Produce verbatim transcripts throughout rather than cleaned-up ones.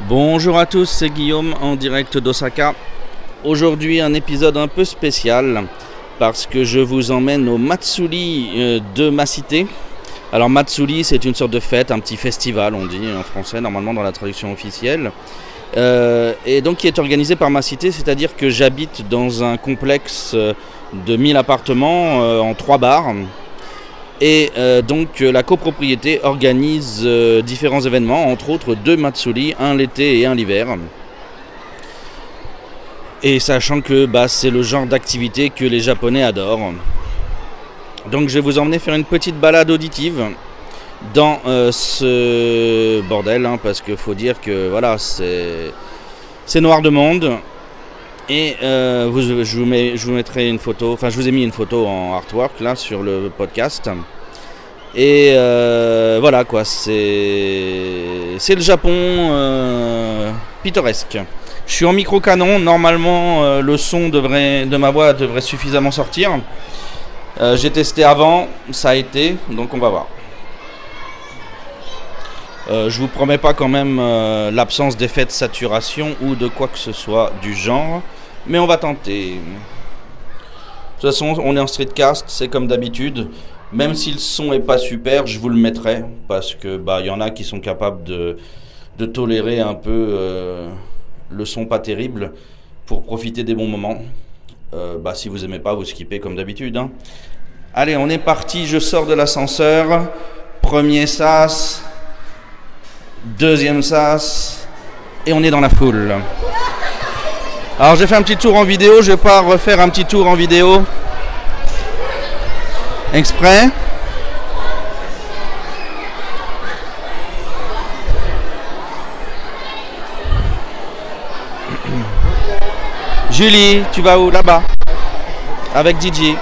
Bonjour à tous, c'est Guillaume en direct d'Osaka. Aujourd'hui un épisode un peu spécial parce que je vous emmène au Matsuri de ma cité. Alors Matsuri, c'est une sorte de fête, un petit festival on dit en français normalement dans la traduction officielle. Euh, et donc qui est organisé par ma cité, c'est-à-dire que j'habite dans un complexe de mille appartements euh, en trois bars. Et euh, donc euh, la copropriété organise euh, différents événements, entre autres deux Matsuri, un l'été et un l'hiver. Et sachant que bah, c'est le genre d'activité que les Japonais adorent. Donc je vais vous emmener faire une petite balade auditive dans euh, ce bordel, hein, parce qu'il faut dire que voilà, c'est, c'est noir de monde. Et euh, vous, je, vous mets, je vous mettrai une photo, enfin je vous ai mis une photo en artwork là sur le podcast. Et euh, voilà quoi, c'est, c'est le Japon euh, pittoresque. Je suis en micro-canon, normalement euh, le son devrait, de ma voix devrait suffisamment sortir. Euh, j'ai testé avant, ça a été, donc on va voir. Euh, je vous promets pas quand même euh, l'absence d'effet de saturation ou de quoi que ce soit du genre, mais on va tenter. De toute façon, on est en streetcast, c'est comme d'habitude. Même si le son est pas super, je vous le mettrai parce que bah il y en a qui sont capables de, de tolérer un peu euh, le son pas terrible pour profiter des bons moments. Euh, bah si vous aimez pas, vous skippez comme d'habitude. Hein. Allez, on est parti. Je sors de l'ascenseur. Premier sas. Deuxième sas, et on est dans la foule. Alors j'ai fait un petit tour en vidéo, je vais pas refaire un petit tour en vidéo exprès. Julie, tu vas où? Là-bas, avec Didi.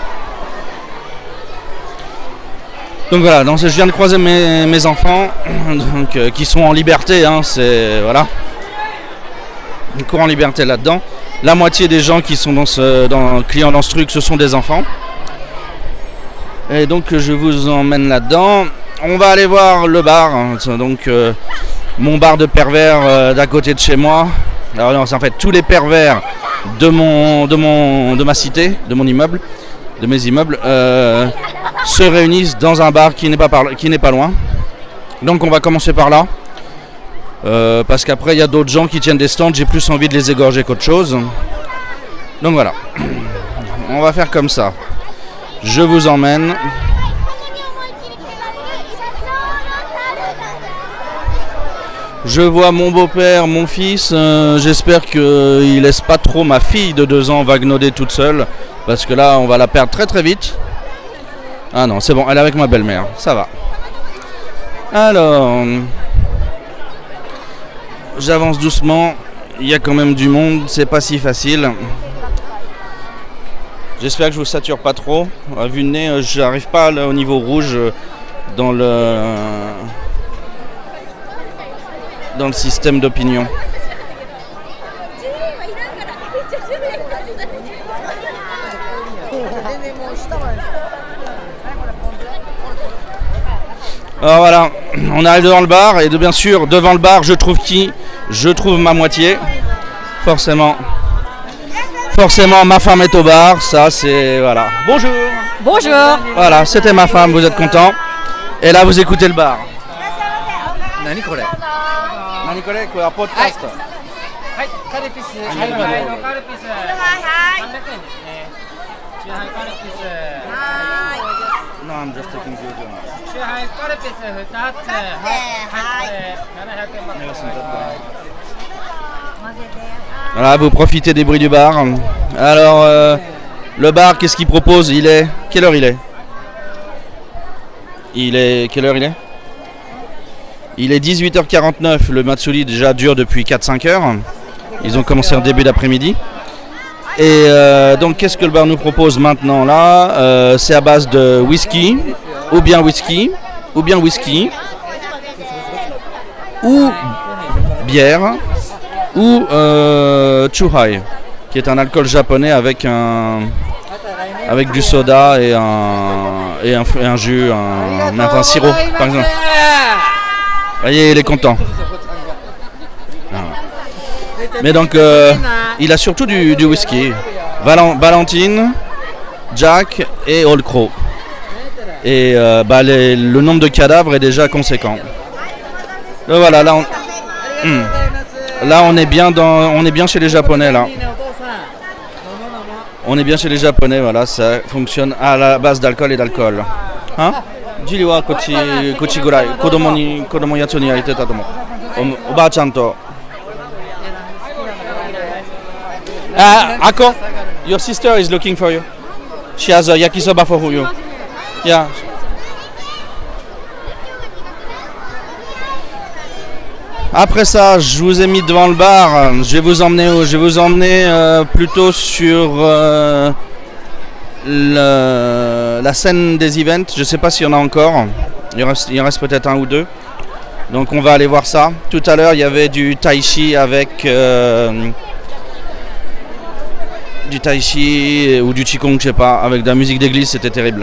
Donc voilà, donc je viens de croiser mes, mes enfants donc, euh, qui sont en liberté, hein, c'est voilà, ils courent en liberté là-dedans. La moitié des gens qui sont dans ce dans, clients dans ce truc, ce sont des enfants. Et donc je vous emmène là-dedans. On va aller voir le bar, hein, donc euh, mon bar de pervers euh, d'à côté de chez moi. Alors non, c'est en fait tous les pervers de mon de mon de ma cité, de mon immeuble. de mes immeubles euh, se réunissent dans un bar qui n'est pas, par, qui n'est pas loin. Donc on va commencer par là. Euh, parce qu'après il y a d'autres gens qui tiennent des stands, j'ai plus envie de les égorger qu'autre chose. Donc voilà. On va faire comme ça. Je vous emmène. Je vois mon beau-père, mon fils, euh, j'espère qu'il laisse pas trop ma fille de deux ans vagnoder toute seule. Parce que là, on va la perdre très très vite. Ah non, c'est bon, elle est avec ma belle-mère, ça va. Alors, j'avance doucement. Il y a quand même du monde, c'est pas si facile. J'espère que je vous sature pas trop. À vue de nez, j'arrive pas là, au niveau rouge dans le dans le système d'opinion. Alors voilà, on arrive devant le bar et de, bien sûr devant le bar je trouve qui? Je trouve ma moitié, forcément. Forcément ma femme est au bar, ça c'est voilà. Bonjour. Bonjour. Voilà, c'était ma femme, vous êtes content? Et là vous écoutez le bar. Nani kore? Nani kore? Quoi, podcast. No, I'm just taking video now. Voilà, vous profitez des bruits du bar. Alors, euh, le bar, qu'est-ce qu'il propose? Il est... Quelle heure il est? Il est... Quelle heure il est? Il est dix-huit heures quarante-neuf. Le Matsuri déjà dure depuis quatre cinq heures. Ils ont commencé en début d'après-midi. Et euh, donc qu'est-ce que le bar nous propose maintenant là? euh, C'est à base de whisky, ou bien whisky, ou bien whisky, ou bière, ou euh, chuhai, qui est un alcool japonais avec un avec du soda et un et un, et un jus, un, un, un sirop par exemple. Vous voyez, il est content. Ah. Mais donc, euh, il a surtout du, du whisky. Val Valentine, Jack et Old Crow. Et euh, bah, les, le nombre de cadavres est déjà conséquent. Donc voilà, là on, hmm. là on est bien dans, on est bien chez les Japonais là. On est bien chez les Japonais, voilà, ça fonctionne à la base d'alcool et d'alcool. Hein? Jiri wa kochi kochi gurai kodomo ni kodomo yatsu ni yarite ta tomo. Oba-chan to. Ah, Ako, your sister is looking for you. She has a yakisoba for you. Yeah. Après ça, je vous ai mis devant le bar. Je vais vous emmener, je vais vous emmener euh, plutôt sur euh, le, la scène des events. Je ne sais pas s'il y en a encore. Il reste, il reste peut-être un ou deux. Donc on va aller voir ça. Tout à l'heure, il y avait du tai chi avec euh, du tai chi ou du qigong, je sais pas, avec de la musique d'église. C'était terrible.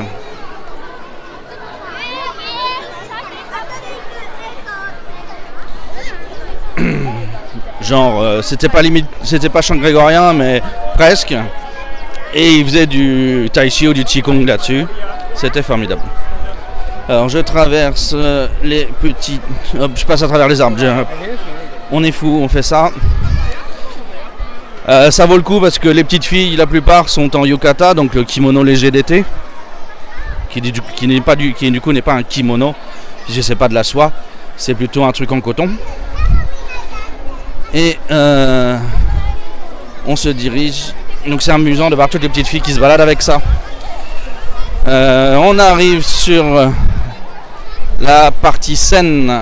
Genre, euh, c'était pas limite, c'était pas chant grégorien, mais presque. Et il faisait du tai chi ou du qigong là-dessus. C'était formidable. Alors, je traverse euh, les petits... Hop, je passe à travers les arbres. Je... On est fou, on fait ça. Euh, ça vaut le coup parce que les petites filles, la plupart, sont en yukata, donc le kimono léger d'été. Qui, qui n'est pas du, qui du coup n'est pas un kimono, je sais pas de la soie. C'est plutôt un truc en coton. Et euh, on se dirige. Donc c'est amusant de voir toutes les petites filles qui se baladent avec ça. Euh, on arrive sur la partie scène.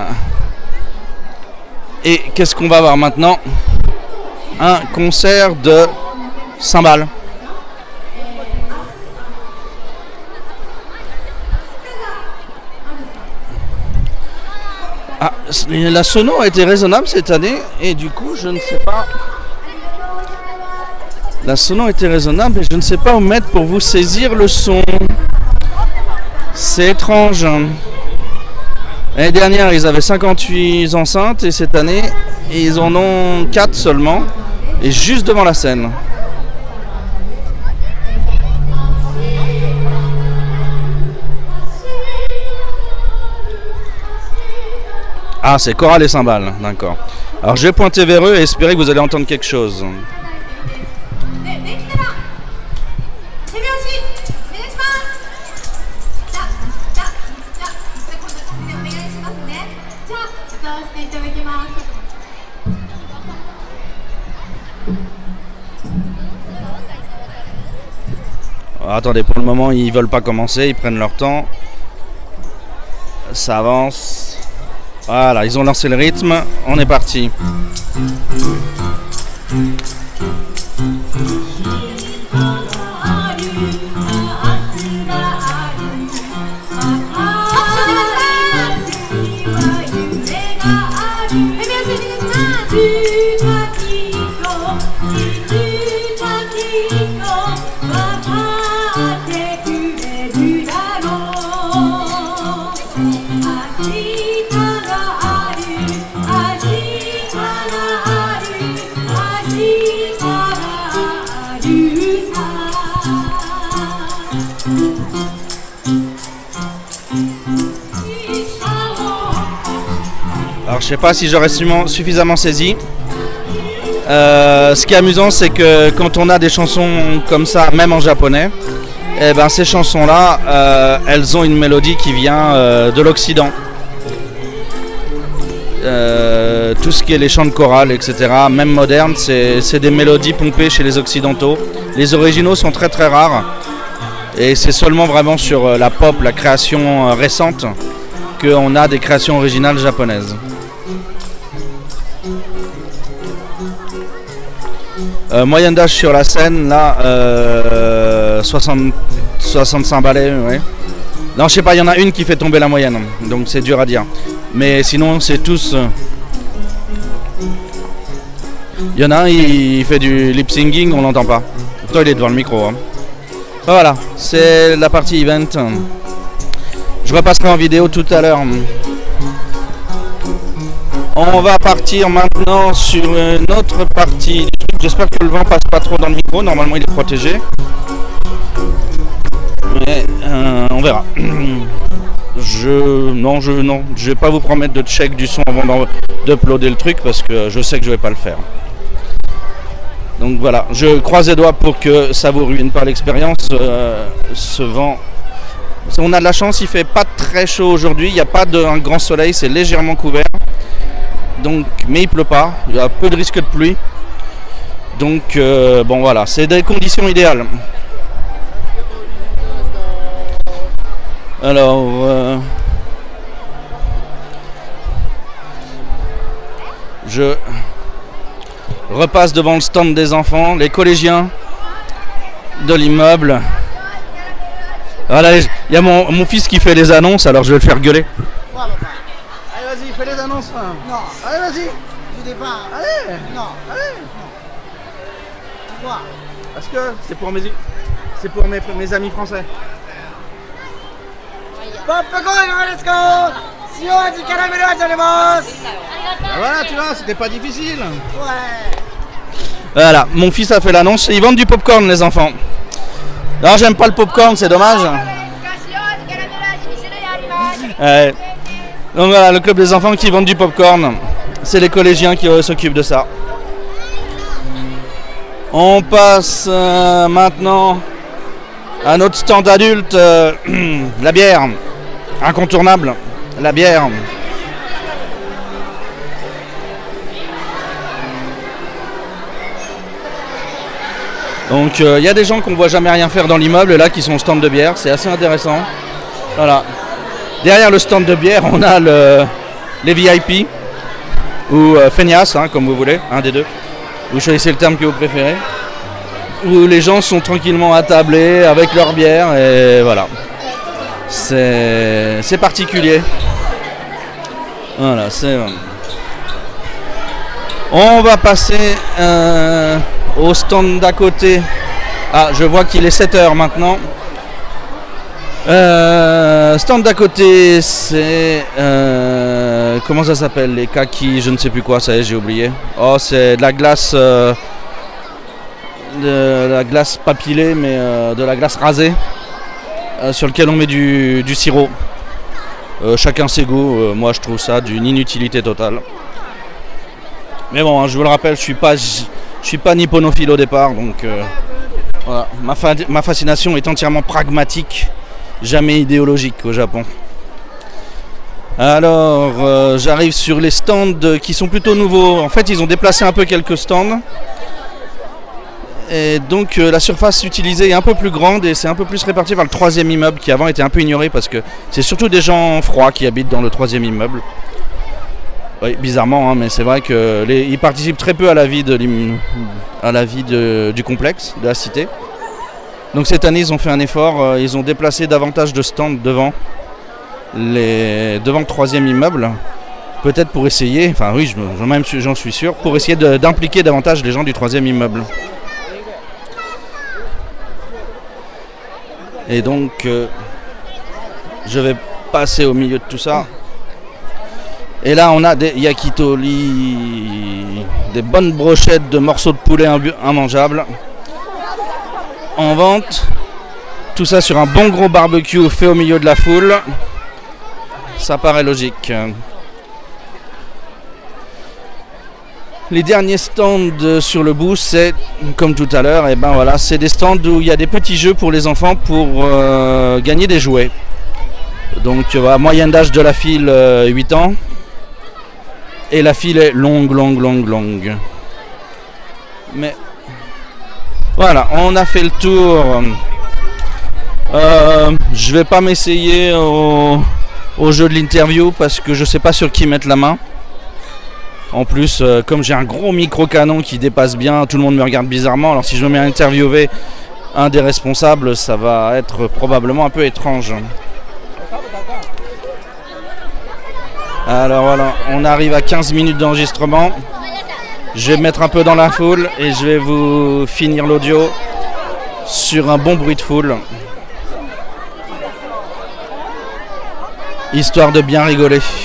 Et qu'est-ce qu'on va voir maintenant? Un concert de cymbales. Ah, la sono a été raisonnable cette année et du coup je ne sais pas. La sono a été raisonnable et je ne sais pas où mettre pour vous saisir le son. C'est étrange. L'année dernière ils avaient cinquante-huit enceintes et cette année ils en ont quatre seulement et juste devant la scène. Ah, c'est chorale et cymbales, d'accord. Alors je vais pointer vers eux et espérer que vous allez entendre quelque chose. Alors, attendez, pour le moment ils veulent pas commencer, ils prennent leur temps. Ça avance. Voilà, ils ont lancé le rythme, on est parti. Alors je sais pas si j'aurais suffisamment saisi. Euh, ce qui est amusant, c'est que quand on a des chansons comme ça, même en japonais, eh ben ces chansons-là, euh, elles ont une mélodie qui vient euh, de l'Occident. Euh, tout ce qui est les chants de chorale, et cetera, même modernes, c'est des mélodies pompées chez les Occidentaux. Les originaux sont très très rares. Et c'est seulement vraiment sur la pop, la création récente, qu'on a des créations originales japonaises. Euh, moyenne d'âge sur la scène, là, euh, soixante, soixante-cinq balais, ouais. Non, je sais pas, il y en a une qui fait tomber la moyenne, donc c'est dur à dire. Mais sinon, c'est tous... Il y en a un, il fait du lip-singing, on l'entend pas. Pourtant, il est devant le micro. Hein. Voilà, c'est la partie event. Je repasserai en vidéo tout à l'heure. On va partir maintenant sur une autre partie du truc. J'espère que le vent passe pas trop dans le micro. Normalement, il est protégé. Mais euh, on verra. Je non, je non, je vais pas vous promettre de check du son avant d'uploader le truc parce que je sais que je vais pas le faire. Donc voilà, je croise les doigts pour que ça vous ruine pas l'expérience. Euh, ce vent, on a de la chance, il fait pas très chaud aujourd'hui. Il n'y a pas de un grand soleil, c'est légèrement couvert. Donc, mais il pleut pas. Il y a peu de risque de pluie. Donc euh, bon voilà, c'est des conditions idéales. Alors, euh, je repasse devant le stand des enfants, les collégiens de l'immeuble. Voilà, il y a mon, mon fils qui fait les annonces, alors je vais le faire gueuler. Allez, vas-y, fais les annonces. Hein. Non. Allez, vas-y. Je dis pas. Allez. Non. Allez. Non. Pourquoi? Parce que c'est pour mes, c'est pour mes, mes amis français. Ah voilà, tu vois, c'était pas difficile. Ouais. Voilà, mon fils a fait l'annonce. Ils vendent du popcorn, les enfants. Non, j'aime pas le popcorn, c'est dommage. Ouais. Donc voilà, le club des enfants qui vendent du popcorn. C'est les collégiens qui euh, s'occupent de ça. On passe euh, maintenant à notre stand adulte, euh, la bière. Incontournable, la bière. Donc il euh, y a des gens qu'on voit jamais rien faire dans l'immeuble là qui sont au stand de bière, c'est assez intéressant. Voilà. Derrière le stand de bière, on a le, les V I P ou euh, feignasse, hein, comme vous voulez, un des deux. Vous choisissez le terme que vous préférez. Où les gens sont tranquillement attablés avec leur bière et voilà. C'est, c'est particulier. Voilà, c'est. On va passer euh, au stand d'à côté. Ah, je vois qu'il est sept heures maintenant. Euh, stand d'à côté, c'est euh, comment ça s'appelle, les kakis, je ne sais plus quoi, ça y est, j'ai oublié. Oh, c'est de la glace, euh, de la glace pas pilée, mais euh, de la glace rasée. Euh, sur lequel on met du, du sirop. Euh, chacun ses goûts. Euh, moi, je trouve ça d'une inutilité totale. Mais bon, hein, je vous le rappelle, je suis pas, je, je suis pas nipponophile au départ, donc euh, voilà. Ma, fa ma fascination est entièrement pragmatique, jamais idéologique au Japon. Alors, euh, j'arrive sur les stands qui sont plutôt nouveaux. En fait, ils ont déplacé un peu quelques stands. Et donc euh, la surface utilisée est un peu plus grande et c'est un peu plus réparti vers le troisième immeuble qui avant était un peu ignoré parce que c'est surtout des gens froids qui habitent dans le troisième immeuble. Oui, bizarrement, hein, mais c'est vrai qu'ils participent très peu à la vie, de à la vie de, du complexe, de la cité. Donc cette année ils ont fait un effort, euh, ils ont déplacé davantage de stands devant, les, devant le troisième immeuble. Peut-être pour essayer, enfin oui, j'en suis sûr, pour essayer d'impliquer davantage les gens du troisième immeuble. Et donc, euh, je vais passer au milieu de tout ça. Et là, on a des yakitori, des bonnes brochettes de morceaux de poulet immangeables en vente. Tout ça sur un bon gros barbecue fait au milieu de la foule. Ça paraît logique. Les derniers stands sur le bout, c'est comme tout à l'heure, et ben voilà, c'est des stands où il y a des petits jeux pour les enfants pour euh, gagner des jouets. Donc voilà, moyenne d'âge de la file euh, huit ans. Et la file est longue, longue, longue, longue. Mais voilà, on a fait le tour. Euh, je vais pas m'essayer au, au jeu de l'interview parce que je sais pas sur qui mettre la main. En plus, euh, comme j'ai un gros micro-canon qui dépasse bien, tout le monde me regarde bizarrement. Alors si je me mets à interviewer un des responsables, ça va être probablement un peu étrange. Alors voilà, on arrive à quinze minutes d'enregistrement. Je vais me mettre un peu dans la foule et je vais vous finir l'audio sur un bon bruit de foule. Histoire de bien rigoler.